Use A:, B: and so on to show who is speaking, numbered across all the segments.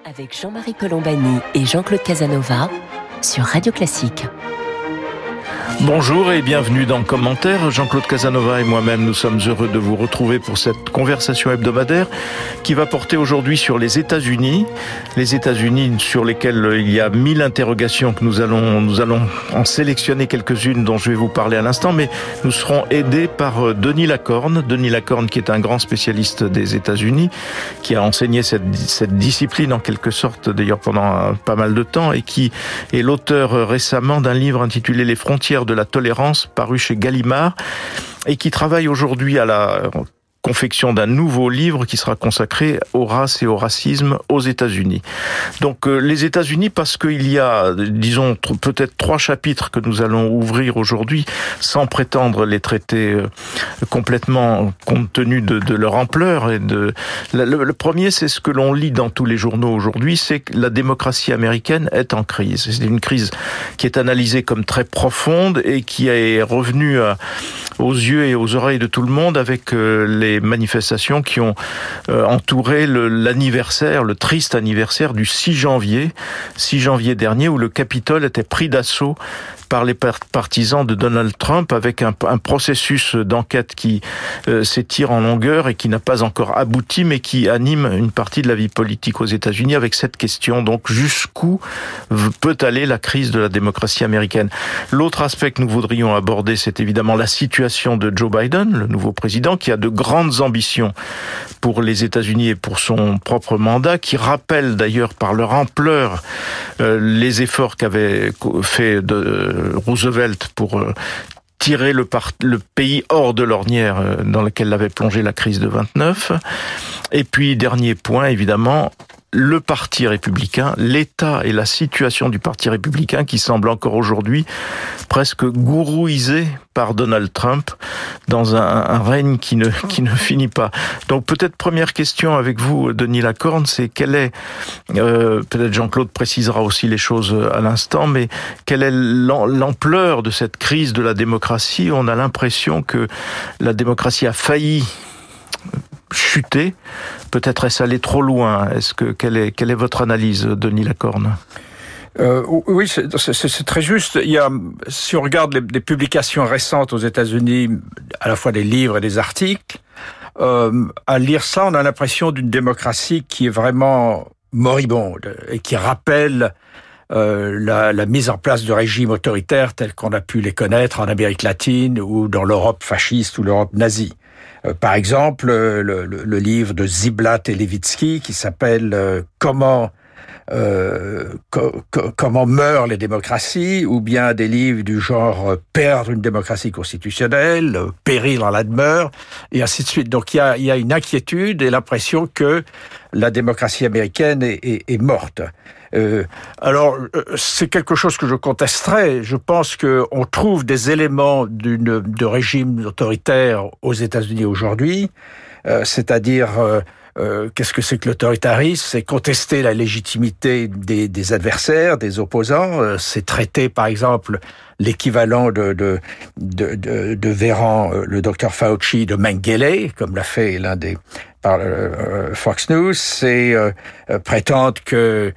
A: avec Jean-Marie Colombani et Jean-Claude Casanova sur Radio Classique.
B: Bonjour et bienvenue dans Commentaire. Jean-Claude Casanova et moi-même, nous sommes heureux de vous retrouver pour cette conversation hebdomadaire qui va porter aujourd'hui sur les États-Unis. Les États-Unis sur lesquels il y a 1000 interrogations que nous allons en sélectionner quelques-unes dont je vais vous parler à l'instant, mais nous serons aidés par Denis Lacorne. Denis Lacorne qui est un grand spécialiste des États-Unis, qui a enseigné cette discipline en quelque sorte d'ailleurs pendant pas mal de temps et qui est l'auteur récemment d'un livre intitulé Les frontières de la tolérance, paru chez Gallimard, et qui travaille aujourd'hui à la confection d'un nouveau livre qui sera consacré aux races et au racisme aux États-Unis. Donc les États-Unis, parce qu'il y a, disons, peut-être 3 chapitres que nous allons ouvrir aujourd'hui, sans prétendre les traiter complètement compte tenu de leur ampleur. Et le premier, c'est ce que l'on lit dans tous les journaux aujourd'hui, c'est que la démocratie américaine est en crise. C'est une crise qui est analysée comme très profonde et qui est revenue aux yeux et aux oreilles de tout le monde avec les manifestations qui ont entouré l'anniversaire, le triste anniversaire du 6 janvier dernier, où le Capitole était pris d'assaut par les partisans de Donald Trump, avec un processus d'enquête qui s'étire en longueur et qui n'a pas encore abouti, mais qui anime une partie de la vie politique aux États-Unis avec cette question. Donc, jusqu'où peut aller la crise de la démocratie américaine? L'autre aspect que nous voudrions aborder, c'est évidemment la situation de Joe Biden, le nouveau président, qui a de grandes ambitions pour les États-Unis et pour son propre mandat, qui rappelle d'ailleurs par leur ampleur les efforts qu'avait fait Roosevelt pour tirer le pays hors de l'ornière dans laquelle l'avait plongé la crise de 29. Et puis, dernier point, évidemment, le Parti républicain, l'état et la situation du Parti républicain qui semble encore aujourd'hui presque gourouisé par Donald Trump dans un règne qui ne finit pas. Donc peut-être première question avec vous, Denis Lacorne, c'est quelle est, peut-être Jean-Claude précisera aussi les choses à l'instant, mais quelle est l'ampleur de cette crise de la démocratie? On a l'impression que la démocratie a failli chuter. Peut-être est-ce aller trop loin? Quelle est votre analyse, Denis Lacorne?
C: Oui, c'est très juste. Si on regarde les publications récentes aux États-Unis, à la fois des livres et des articles, à lire ça, on a l'impression d'une démocratie qui est vraiment moribonde et qui rappelle la mise en place de régimes autoritaires tels qu'on a pu les connaître en Amérique latine ou dans l'Europe fasciste ou l'Europe nazie. Par exemple, le livre de Ziblatt et Levitsky qui s'appelle Comment meurent les démocraties, ou bien des livres du genre Perdre une démocratie constitutionnelle, Péril en la demeure, et ainsi de suite. Donc il y a une inquiétude et l'impression que la démocratie américaine est morte. Alors, c'est quelque chose que je contesterais. Je pense qu'on trouve des éléments de régime autoritaire aux États-Unis aujourd'hui, c'est-à-dire qu'est-ce que c'est que l'autoritarisme? C'est contester la légitimité des adversaires, des opposants. C'est traiter, par exemple, l'équivalent de Véran, le docteur Fauci, de Mengele, comme l'a fait l'un des par Fox News. C'est prétendre que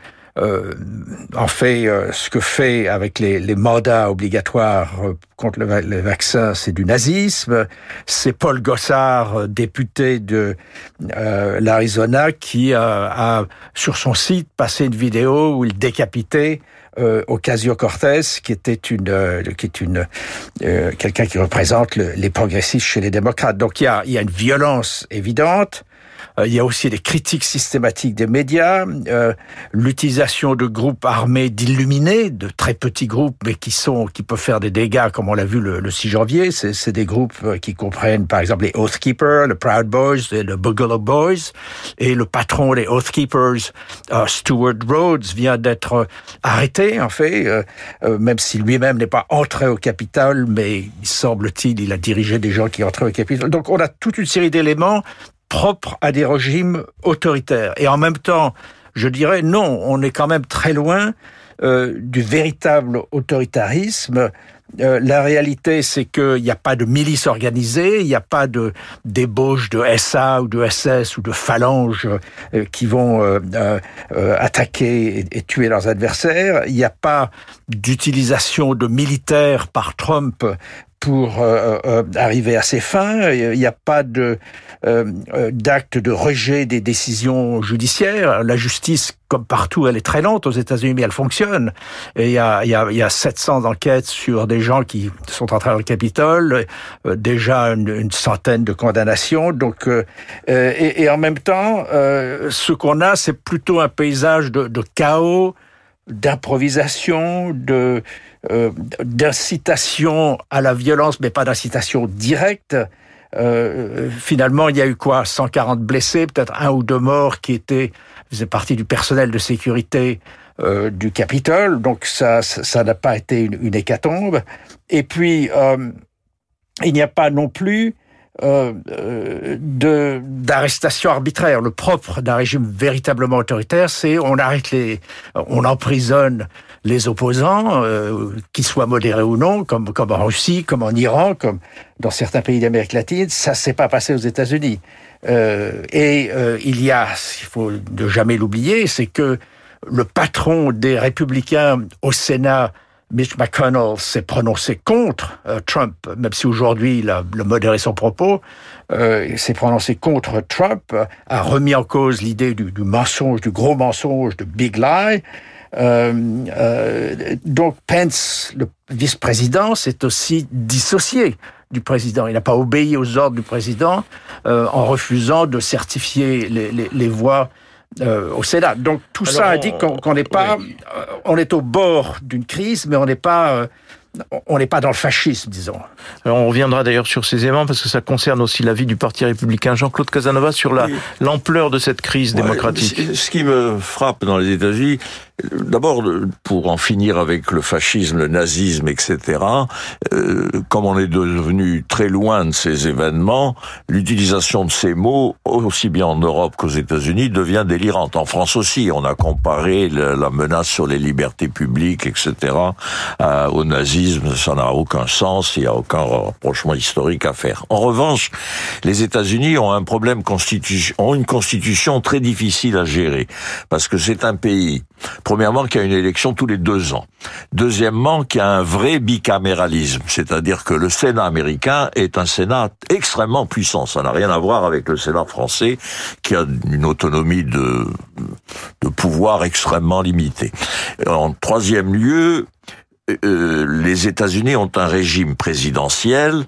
C: ce que fait avec les mandats obligatoires contre le vaccin, c'est du nazisme. C'est Paul Gosar, député de l'Arizona, qui a sur son site passé une vidéo où il décapitait Ocasio-Cortez, qui est quelqu'un qui représente les progressistes chez les démocrates. Donc il y a une violence évidente. Il y a aussi des critiques systématiques des médias, l'utilisation de groupes armés d'illuminés, de très petits groupes, mais qui peuvent faire des dégâts, comme on l'a vu le 6 janvier. C'est des groupes qui comprennent, par exemple, les Oath Keepers, le Proud Boys et le Boogaloo Boys. Et le patron des Oath Keepers, Stuart Rhodes, vient d'être arrêté, en fait, même si lui-même n'est pas entré au Capitole, mais semble-t-il, il a dirigé des gens qui entraient au Capitole. Donc on a toute une série d'éléments propre à des régimes autoritaires. Et en même temps, je dirais non, on est quand même très loin du véritable autoritarisme. La réalité, c'est qu'il n'y a pas de milice organisée, il n'y a pas de débauche de SA ou de SS ou de phalanges qui vont attaquer et tuer leurs adversaires. Il n'y a pas d'utilisation de militaires par Trump pour arriver à ses fins. Il n'y a pas d'acte de rejet des décisions judiciaires. La justice, comme partout, elle est très lente aux États-Unis, mais elle fonctionne. Et il y a 700 enquêtes sur des gens qui sont entrés dans le Capitole, déjà une centaine de condamnations. Donc, et en même temps, ce qu'on a, c'est plutôt un paysage de chaos, d'improvisation, d'incitation à la violence, mais pas d'incitation directe. Finalement, il y a eu 140 blessés, peut-être 1 ou 2 morts qui faisaient partie du personnel de sécurité du Capitole. Donc ça n'a pas été une hécatombe. Et puis, il n'y a pas non plus d'arrestation arbitraire. Le propre d'un régime véritablement autoritaire, c'est on emprisonne les opposants, qu'ils soient modérés ou non, comme en Russie, comme en Iran, comme dans certains pays d'Amérique latine. Ça s'est pas passé aux États-Unis. Il faut ne jamais l'oublier, c'est que le patron des Républicains au Sénat, Mitch McConnell, s'est prononcé contre Trump, même si aujourd'hui il a modéré son propos. Il s'est prononcé contre Trump, a remis en cause l'idée du mensonge, du gros mensonge, de big lie. Donc Pence, le vice-président, s'est aussi dissocié du président. Il n'a pas obéi aux ordres du président en refusant de certifier les voix au Sénat. Donc tout ça indique qu'on n'est pas, on est au bord d'une crise, mais on n'est pas dans le fascisme, disons.
B: Alors on reviendra d'ailleurs sur ces éléments parce que ça concerne aussi la vie du Parti républicain. Jean-Claude Casanova, sur l'ampleur de cette crise démocratique.
D: Ce qui me frappe dans les États-Unis, d'abord, pour en finir avec le fascisme, le nazisme, etc., comme on est devenu très loin de ces événements, l'utilisation de ces mots, aussi bien en Europe qu'aux États-Unis, devient délirante. En France aussi, on a comparé la menace sur les libertés publiques, etc., au nazisme. Ça n'a aucun sens, il n'y a aucun rapprochement historique à faire. En revanche, les États-Unis ont un problème ont une constitution très difficile à gérer, parce que c'est un pays, premièrement, qui a une élection tous les 2 ans. Deuxièmement, qui a un vrai bicaméralisme, c'est-à-dire que le Sénat américain est un Sénat extrêmement puissant. Ça n'a rien à voir avec le Sénat français, qui a une autonomie de pouvoir extrêmement limitée. En troisième lieu, les États-Unis ont un régime présidentiel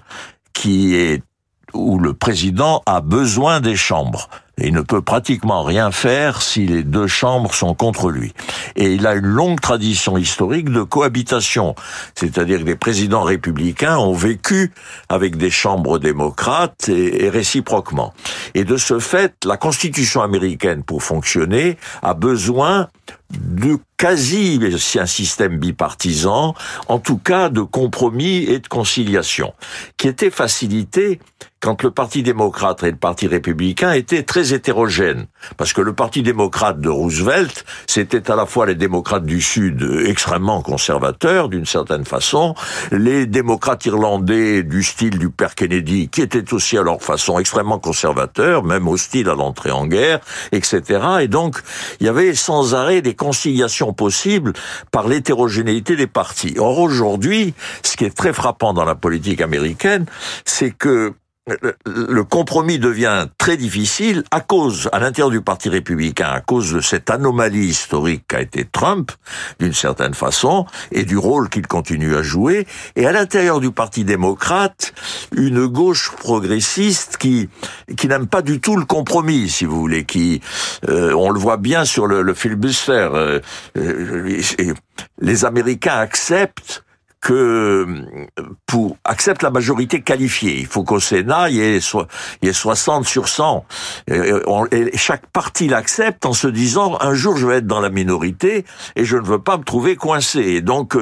D: où le président a besoin des chambres. Il ne peut pratiquement rien faire si les 2 chambres sont contre lui. Et il a une longue tradition historique de cohabitation. C'est-à-dire que les présidents républicains ont vécu avec des chambres démocrates et réciproquement. Et de ce fait, la Constitution américaine, pour fonctionner, a besoin de c'est un système bipartisan, en tout cas de compromis et de conciliation, qui était facilité quand le Parti démocrate et le Parti républicain étaient très hétérogènes. Parce que le Parti démocrate de Roosevelt, c'était à la fois les démocrates du Sud extrêmement conservateurs, d'une certaine façon, les démocrates irlandais du style du père Kennedy, qui étaient aussi à leur façon extrêmement conservateurs, même hostiles à l'entrée en guerre, etc. Et donc, il y avait sans arrêt des conciliations possibles par l'hétérogénéité des partis. Or, aujourd'hui, ce qui est très frappant dans la politique américaine, c'est que le compromis devient très difficile à l'intérieur du Parti républicain, à cause de cette anomalie historique qu'a été Trump, d'une certaine façon, et du rôle qu'il continue à jouer, et à l'intérieur du Parti démocrate, une gauche progressiste qui n'aime pas du tout le compromis, si vous voulez, on le voit bien sur le filibuster, les Américains acceptent accepte la majorité qualifiée. Il faut qu'au Sénat, il y ait 60 sur 100. Et chaque parti l'accepte en se disant, un jour je vais être dans la minorité et je ne veux pas me trouver coincé. Et donc,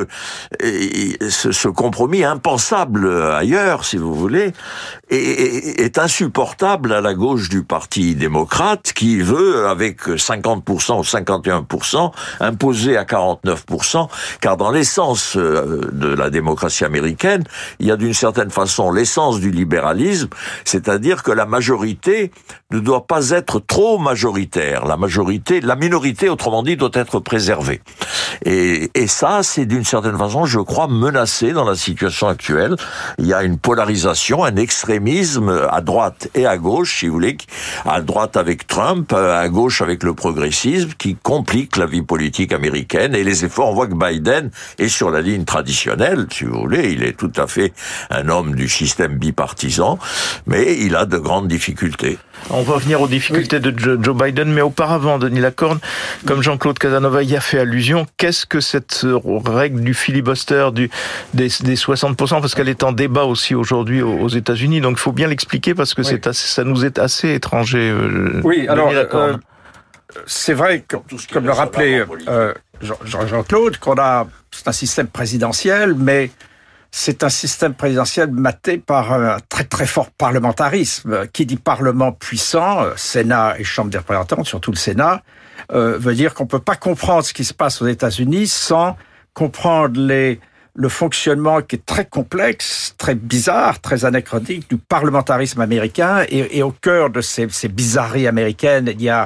D: ce compromis impensable ailleurs, si vous voulez, est insupportable à la gauche du Parti démocrate qui veut, avec 50% ou 51%, imposer à 49%, car dans l'essence de la démocratie américaine, il y a d'une certaine façon l'essence du libéralisme, c'est-à-dire que la majorité ne doit pas être trop majoritaire. La minorité, autrement dit, doit être préservée. Et ça, c'est d'une certaine façon, je crois, menacé dans la situation actuelle. Il y a une polarisation, un extrémisme à droite et à gauche, si vous voulez, à droite avec Trump, à gauche avec le progressisme, qui complique la vie politique américaine. Et les efforts, on voit que Biden est sur la ligne traditionnelle, si vous voulez. Il est tout à fait un homme du système bipartisan, mais il a de grandes difficultés.
B: On va revenir aux difficultés de Joe Biden, mais auparavant, Denis Lacorne, comme Jean-Claude Casanova y a fait allusion, qu'est-ce que cette règle du filibuster des 60%, parce qu'elle est en débat aussi aujourd'hui aux États-Unis, donc il faut bien l'expliquer parce que ça nous est assez étranger.
C: Oui, alors c'est vrai, comme le rappelait Jean-Claude, c'est un système présidentiel, mais c'est un système présidentiel maté par un très très fort parlementarisme. Qui dit parlement puissant, Sénat et Chambre des représentants, surtout le Sénat, veut dire qu'on peut pas comprendre ce qui se passe aux États-Unis sans comprendre le fonctionnement qui est très complexe, très bizarre, très anachronique du parlementarisme américain. Et au cœur de ces bizarreries américaines, il y a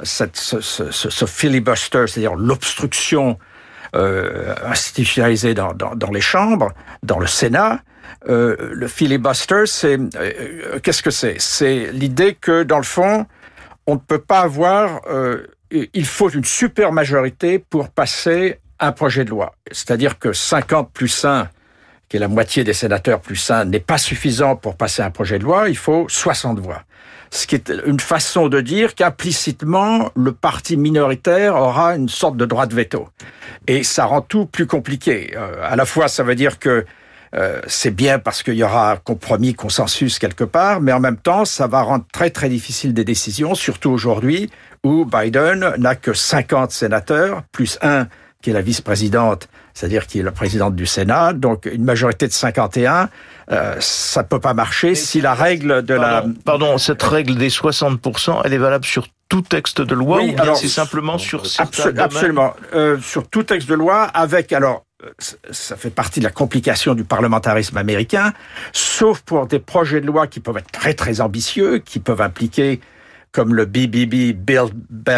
C: ce filibuster, c'est-à-dire l'obstruction institutionnalisée dans les chambres, dans le Sénat. Le filibuster, qu'est-ce que c'est ? C'est l'idée que, dans le fond, on ne peut pas avoir... il faut une super majorité pour passer un projet de loi. C'est-à-dire que 50 plus 1, qui est la moitié des sénateurs plus 1, n'est pas suffisant pour passer un projet de loi, il faut 60 voix. Ce qui est une façon de dire qu'implicitement, le parti minoritaire aura une sorte de droit de veto. Et ça rend tout plus compliqué. À la fois, ça veut dire que c'est bien parce qu'il y aura compromis, consensus quelque part, mais en même temps, ça va rendre très très difficile des décisions, surtout aujourd'hui, où Biden n'a que 50 sénateurs, plus 1 qui est la vice-présidente, c'est-à-dire qui est la présidente du Sénat, donc une majorité de 51, ça ne peut pas marcher si la règle de
B: Pardon, cette règle des 60%, elle est valable sur tout texte de loi, ou bien c'est simplement sur certains domaines ?
C: Absolument, sur tout texte de loi, ça fait partie de la complication du parlementarisme américain, sauf pour des projets de loi qui peuvent être très très ambitieux, qui peuvent impliquer, comme le BBB, Build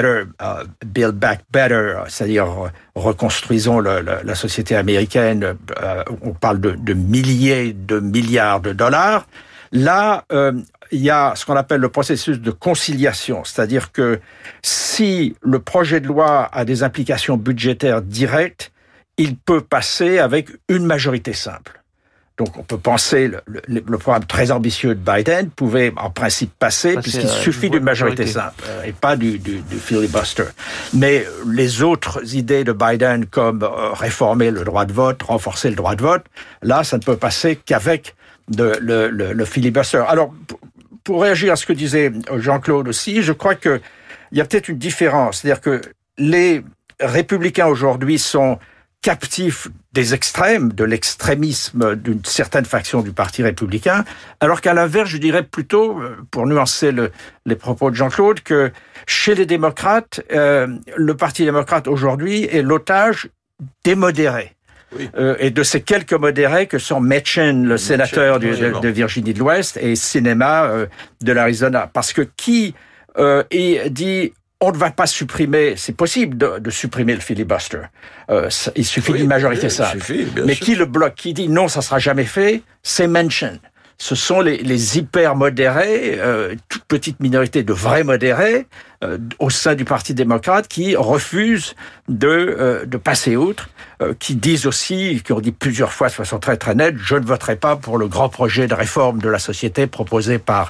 C: Back Better, c'est-à-dire reconstruisons la société américaine, on parle de milliers de milliards de dollars. Là, il y a ce qu'on appelle le processus de conciliation, c'est-à-dire que si le projet de loi a des implications budgétaires directes, il peut passer avec une majorité simple. Donc, on peut penser le programme très ambitieux de Biden pouvait en principe passer puisqu'il suffit d'une majorité simple et pas du filibuster. Mais les autres idées de Biden comme réformer le droit de vote, renforcer le droit de vote, là, ça ne peut passer qu'avec le filibuster. Alors, pour réagir à ce que disait Jean-Claude aussi, je crois que il y a peut-être une différence. C'est-à-dire que les républicains aujourd'hui sont captifs des extrêmes, de l'extrémisme d'une certaine faction du Parti républicain, alors qu'à l'inverse, je dirais plutôt, pour nuancer les propos de Jean-Claude, que chez les démocrates, le Parti démocrate aujourd'hui est l'otage des modérés. Oui. Et de ces quelques modérés que sont Manchin, le sénateur de Virginie de l'Ouest, et Sinema de l'Arizona. Parce que qui dit... On ne va pas supprimer, c'est possible de supprimer le filibuster. Il suffit d'une majorité simple. Mais qui le bloque, qui dit non, ça sera jamais fait, c'est Manchin. Ce sont les hyper modérés, toute petite minorité de vrais modérés, au sein du Parti démocrate qui refusent de passer outre, qui disent aussi, qui ont dit plusieurs fois de façon très très nette, je ne voterai pas pour le grand projet de réforme de la société proposé par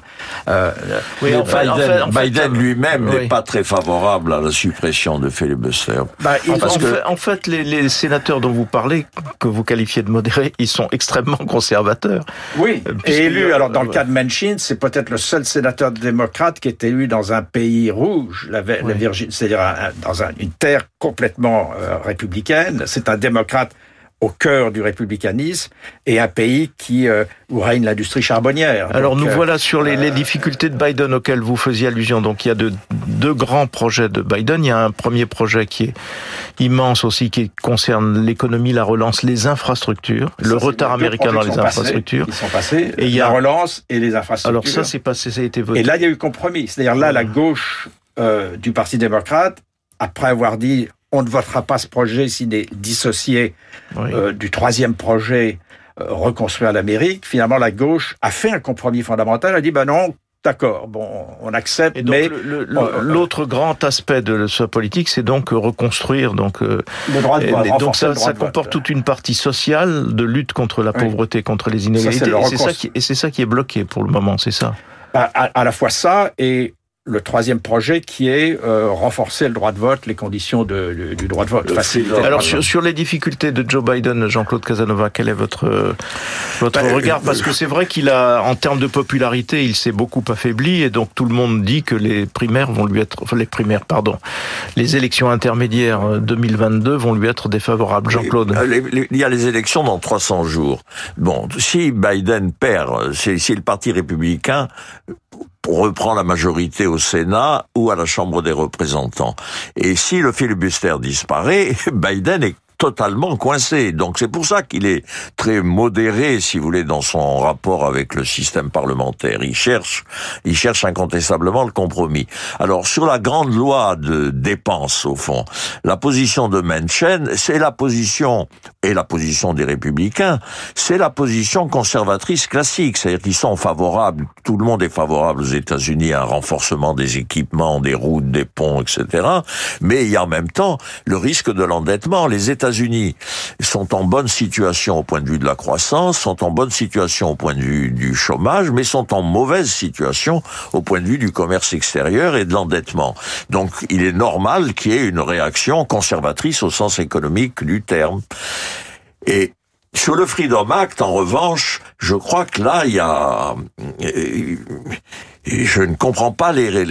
D: Biden lui-même n'est pas très favorable à la suppression de filibuster.
B: En fait, les sénateurs dont vous parlez, que vous qualifiez de modérés, ils sont extrêmement conservateurs.
C: Oui, et élu, alors dans le cas de Manchin, c'est peut-être le seul sénateur démocrate qui est élu dans un pays rouge, la Virginie, c'est-à-dire dans une terre complètement républicaine. C'est un démocrate au cœur du républicanisme et un pays où règne l'industrie charbonnière.
B: Alors nous voilà sur les difficultés de Biden auxquelles vous faisiez allusion. Donc il y a deux grands projets de Biden. Il y a un premier projet qui est immense aussi, qui concerne l'économie, la relance, les infrastructures, le retard américain dans les infrastructures.
C: Ils sont passés, et il y a la relance et les infrastructures.
B: Alors ça c'est passé, ça a été voté.
C: Et là il y a eu compromis. C'est-à-dire là la gauche du Parti démocrate, après avoir dit on ne votera pas ce projet s'il est dissocié du troisième projet reconstruire l'Amérique. Finalement, la gauche a fait un compromis fondamental. Elle a dit, non, d'accord, bon, on accepte,
B: et donc, mais... l'autre grand aspect de ce politique, c'est donc reconstruire. Donc, le
C: droit de vote.
B: Donc ça comporte toute une partie sociale de lutte contre la pauvreté, contre les inégalités. C'est ça qui est bloqué pour le moment, c'est ça.
C: À la fois ça et le troisième projet qui est renforcer le droit de vote, les conditions du droit de vote.
B: Alors sur les difficultés de Joe Biden, Jean-Claude Casanova, quel est votre regard? Parce que c'est vrai qu'il a, en termes de popularité, il s'est beaucoup affaibli et donc tout le monde dit que les élections intermédiaires 2022 vont lui être défavorables. Jean-Claude.
D: Il y a les élections dans 300 jours. Bon, si Biden perd, si le Parti républicain reprend la majorité au Sénat ou à la Chambre des représentants. Et si le filibuster disparaît, Biden est totalement coincé. Donc c'est pour ça qu'il est très modéré, si vous voulez, dans son rapport avec le système parlementaire. Il cherche incontestablement le compromis. Alors sur la grande loi de dépenses, au fond, la position de Manchin, c'est la position, et la position des Républicains, c'est la position conservatrice classique. C'est-à-dire qu'ils sont favorables, tout le monde est favorable aux États-Unis à un renforcement des équipements, des routes, des ponts, etc. Mais il y a en même temps le risque de l'endettement. Les États-Unis sont en bonne situation au point de vue de la croissance, sont en bonne situation au point de vue du chômage, mais sont en mauvaise situation au point de vue du commerce extérieur et de l'endettement. Donc, il est normal qu'il y ait une réaction conservatrice au sens économique du terme. Et sur le Freedom Act, en revanche, je crois que là, il y a... je ne comprends pas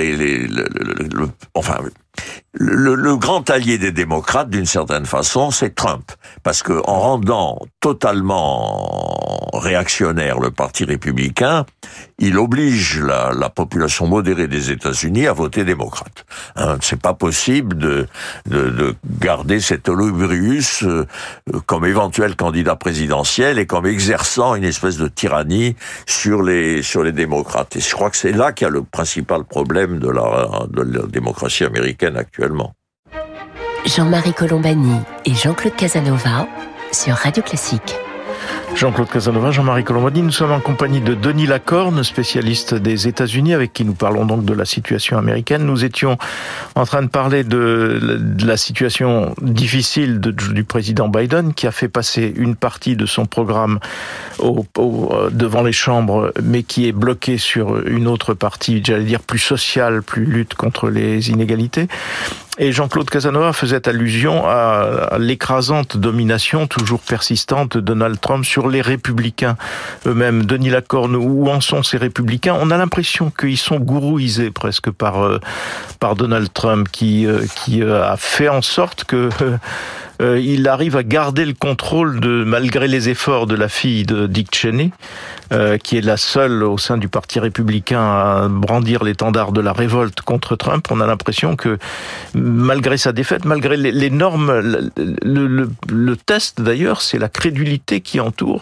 D: le grand allié des démocrates, d'une certaine façon, c'est Trump. Parce que en rendant totalement réactionnaire le Parti républicain, il oblige la population modérée des États-Unis à voter démocrate. C'est pas possible de garder cet Olubrius comme éventuel candidat présidentiel et comme exerçant une espèce de tyrannie sur les démocrates. Et je crois que c'est là qu'il y a le principal problème de la démocratie américaine actuellement.
A: Jean-Marie Colombani et Jean-Claude Casanova sur Radio Classique.
B: Jean-Claude Casanova, Jean-Marie Colombani, nous sommes en compagnie de Denis Lacorne, spécialiste des États-Unis, avec qui nous parlons donc de la situation américaine. Nous étions en train de parler de la situation difficile du président Biden, qui a fait passer une partie de son programme devant les chambres, mais qui est bloqué sur une autre partie, j'allais dire plus sociale, plus lutte contre les inégalités. Et Jean-Claude Casanova faisait allusion à l'écrasante domination toujours persistante de Donald Trump sur les républicains eux-mêmes. Denis Lacorne, où en sont ces républicains? On a l'impression qu'ils sont gourouisés presque par Donald Trump, qui a fait en sorte que il arrive à garder le contrôle malgré les efforts de la fille de Dick Cheney, qui est la seule au sein du Parti républicain à brandir l'étendard de la révolte contre Trump. On a l'impression que malgré sa défaite, malgré les normes, le test d'ailleurs, c'est la crédulité qui entoure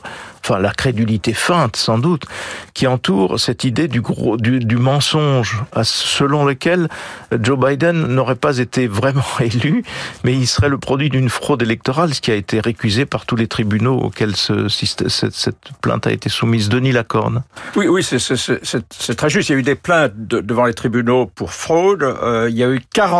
B: enfin la crédulité feinte sans doute, qui entoure cette idée du mensonge selon lequel Joe Biden n'aurait pas été vraiment élu, mais il serait le produit d'une fraude électorale, ce qui a été récusé par tous les tribunaux auxquels cette plainte a été soumise. Denis Lacorne.
C: Oui, c'est très juste. Il y a eu des plaintes devant les tribunaux pour fraude. Il y a eu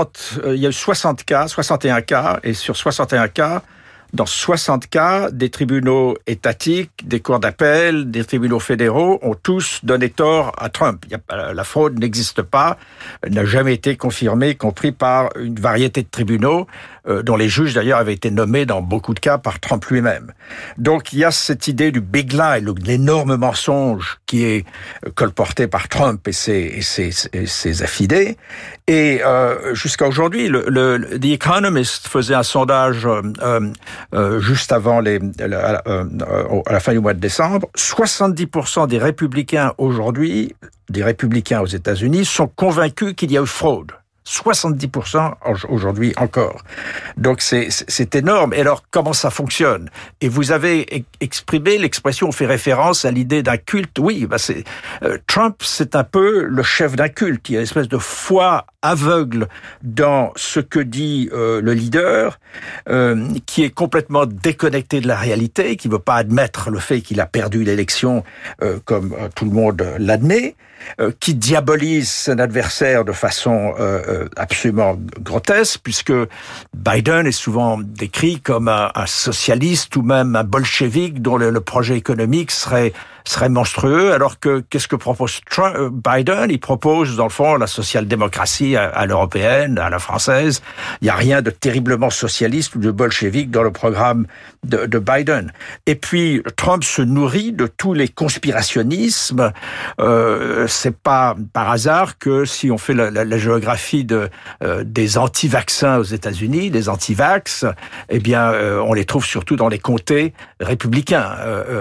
C: 61 cas, et sur 61 cas, dans 60 cas, des tribunaux étatiques, des cours d'appel, des tribunaux fédéraux ont tous donné tort à Trump. La fraude n'existe pas, n'a jamais été confirmée, y compris par une variété de tribunaux, dont les juges d'ailleurs avaient été nommés dans beaucoup de cas par Trump lui-même. Donc il y a cette idée du big lie, l'énorme mensonge qui est colporté par Trump et ses affidés. Et jusqu'à aujourd'hui, The Economist faisait un sondage juste avant à la fin du mois de décembre. 70% des républicains aujourd'hui, des républicains aux États-Unis, sont convaincus qu'il y a eu fraude. 70% aujourd'hui encore. Donc c'est énorme. Et alors, comment ça fonctionne? Et vous avez exprimé l'expression, on fait référence à l'idée d'un culte. Oui, Trump, c'est un peu le chef d'un culte. Il y a une espèce de foi aveugle dans ce que dit le leader, qui est complètement déconnecté de la réalité, qui ne veut pas admettre le fait qu'il a perdu l'élection comme tout le monde l'admet, qui diabolise son adversaire de façon absolument grotesque, puisque Biden est souvent décrit comme un socialiste ou même un bolchevique dont le projet économique serait monstrueux, alors que qu'est-ce que propose Biden? Il propose, dans le fond, la social-démocratie à l'européenne, à la française. Il n'y a rien de terriblement socialiste ou de bolchevique dans le programme de Biden. Et puis, Trump se nourrit de tous les conspirationnismes. C'est pas par hasard que si on fait la géographie des anti-vaccins aux États-Unis, des anti-vax, eh bien, on les trouve surtout dans les comtés républicains.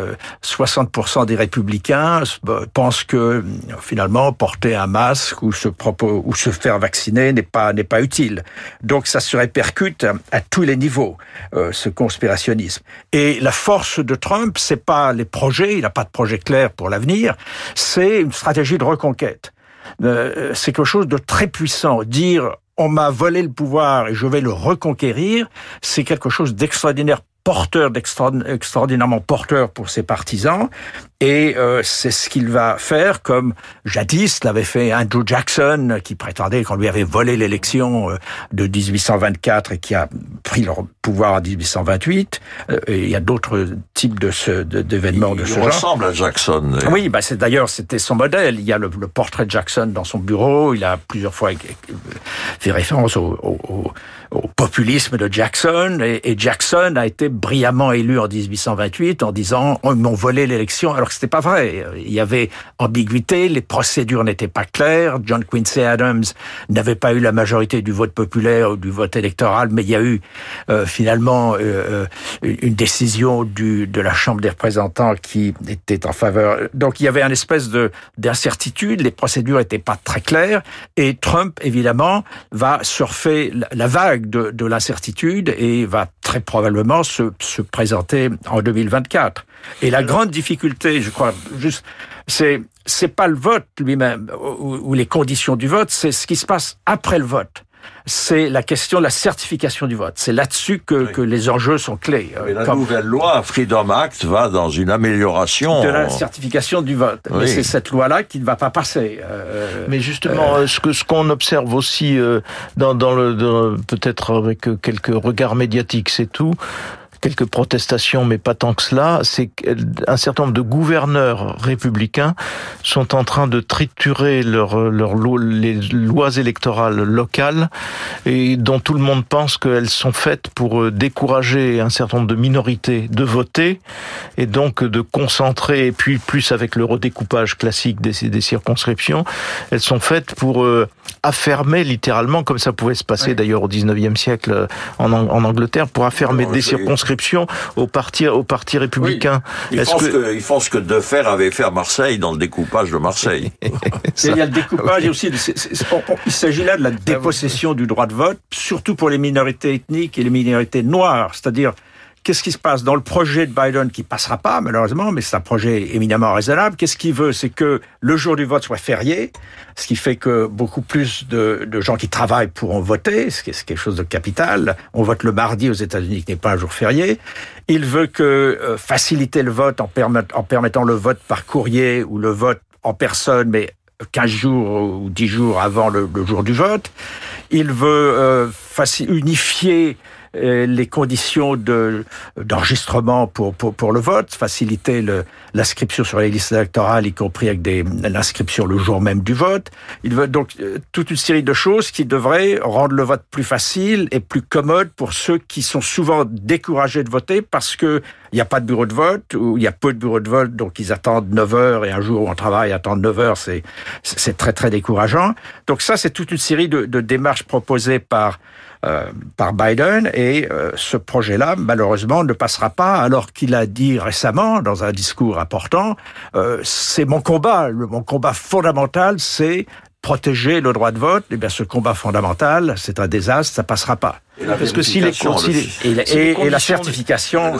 C: 60% des républicains pensent que finalement porter un masque ou se faire vacciner n'est pas utile. Donc ça se répercute à tous les niveaux, ce conspirationnisme. Et la force de Trump, c'est pas les projets, il n'a pas de projet clair pour l'avenir, c'est une stratégie de reconquête. C'est quelque chose de très puissant. Dire on m'a volé le pouvoir et je vais le reconquérir, c'est quelque chose d'extraordinaire, extraordinairement porteur pour ses partisans, et c'est ce qu'il va faire, comme jadis l'avait fait Andrew Jackson, qui prétendait qu'on lui avait volé l'élection de 1824 et qui a pris le pouvoir en 1828. Et il y a d'autres types d'événements de ce genre.
D: Il ressemble à Jackson.
C: Oui, c'était son modèle. Il y a le portrait de Jackson dans son bureau. Il a plusieurs fois fait référence au populisme de Jackson, et Jackson a été brillamment élu en 1828 en disant « ils m'ont volé l'élection », alors que c'était pas vrai. Il y avait ambiguïté, les procédures n'étaient pas claires, John Quincy Adams n'avait pas eu la majorité du vote populaire ou du vote électoral, mais il y a eu finalement une décision de la Chambre des représentants qui était en faveur. Donc il y avait une espèce d'incertitude, les procédures n'étaient pas très claires, et Trump, évidemment, va surfer la vague de l'incertitude et va très probablement se présenter en 2024. Et la grande difficulté, je crois, c'est pas le vote lui-même ou les conditions du vote, c'est ce qui se passe après le vote. C'est la question de la certification du vote. C'est là-dessus que les enjeux sont clés.
D: Mais la nouvelle loi Freedom Act va dans une amélioration
B: de la certification du vote.
C: Oui. Mais c'est cette loi-là qui ne va pas passer.
B: Mais justement, ce qu'on observe aussi peut-être avec quelques regards médiatiques, c'est tout. Quelques protestations, mais pas tant que cela, c'est qu'un certain nombre de gouverneurs républicains sont en train de triturer les lois électorales locales, et dont tout le monde pense qu'elles sont faites pour décourager un certain nombre de minorités de voter, et donc de concentrer, et puis plus avec le redécoupage classique des circonscriptions, elles sont faites pour affermer littéralement, comme ça pouvait se passer d'ailleurs au 19e siècle en Angleterre, pour affermer des circonscriptions au parti républicain.
D: Oui. Ils font ce que Defer avait fait à Marseille dans le découpage de Marseille.
C: Il y a le découpage, aussi, il s'agit là de la dépossession du droit de vote, surtout pour les minorités ethniques et les minorités noires, c'est-à-dire qu'est-ce qui se passe dans le projet de Biden qui passera pas, malheureusement, mais c'est un projet éminemment raisonnable. Qu'est-ce qu'il veut? C'est que le jour du vote soit férié, ce qui fait que beaucoup plus de gens qui travaillent pourront voter, ce qui est quelque chose de capital. On vote le mardi aux États-Unis, qui n'est pas un jour férié. Il veut faciliter le vote en permettant le vote par courrier ou le vote en personne, mais 15 jours ou 10 jours avant le jour du vote. Il veut unifier les conditions d'enregistrement pour le vote, faciliter l'inscription sur les listes électorales, y compris avec l'inscription le jour même du vote. Il veut donc toute une série de choses qui devraient rendre le vote plus facile et plus commode pour ceux qui sont souvent découragés de voter parce que il n'y a pas de bureau de vote, ou il y a peu de bureaux de vote, donc ils attendent 9 heures, et un jour où on travaille, attendre 9 heures, c'est très très décourageant. Donc ça, c'est toute une série de démarches proposées par Biden, et ce projet-là, malheureusement, ne passera pas, alors qu'il a dit récemment, dans un discours important, c'est mon combat. Mon combat fondamental, c'est protéger le droit de vote. Eh bien, ce combat fondamental, c'est un désastre, ça passera pas.
B: Parce que si la certification,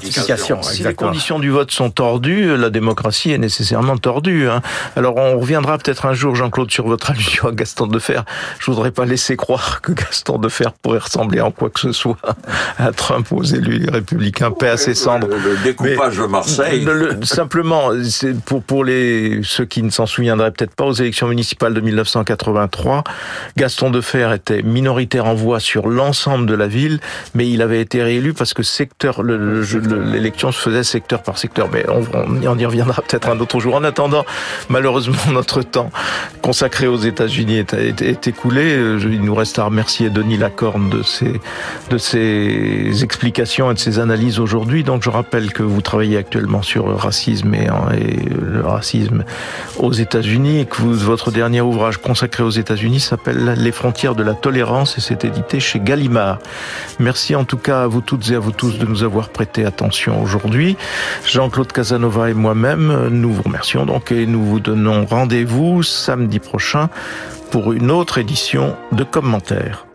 B: si les conditions du vote sont tordues, la démocratie est nécessairement tordue. Alors on reviendra peut-être un jour, Jean-Claude, sur votre allusion à Gaston Defferre. Je voudrais pas laisser croire que Gaston Defferre pourrait ressembler en quoi que ce soit à Trump ou aux élus républicains. Paix à ses cendres.
D: Le découpage de Marseille.
B: Simplement, c'est pour ceux qui ne s'en souviendraient peut-être pas, aux élections municipales de 1983, Gaston Defferre était minoritaire en voix sur l'ensemble de la ville, mais il avait été réélu parce que l'élection se faisait secteur par secteur. Mais on y reviendra peut-être un autre jour. En attendant, malheureusement, notre temps consacré aux États-Unis est écoulé. Il nous reste à remercier Denis Lacorne de ses explications et de ses analyses aujourd'hui. Donc, je rappelle que vous travaillez actuellement sur le racisme et le racisme aux États-Unis, et que votre dernier ouvrage consacré aux États-Unis s'appelle Les frontières de la tolérance, et c'est édité chez Gallimard. Merci en tout cas à vous toutes et à vous tous de nous avoir prêté attention aujourd'hui. Jean-Claude Casanova et moi-même, nous vous remercions donc, et nous vous donnons rendez-vous samedi prochain pour une autre édition de Commentaires.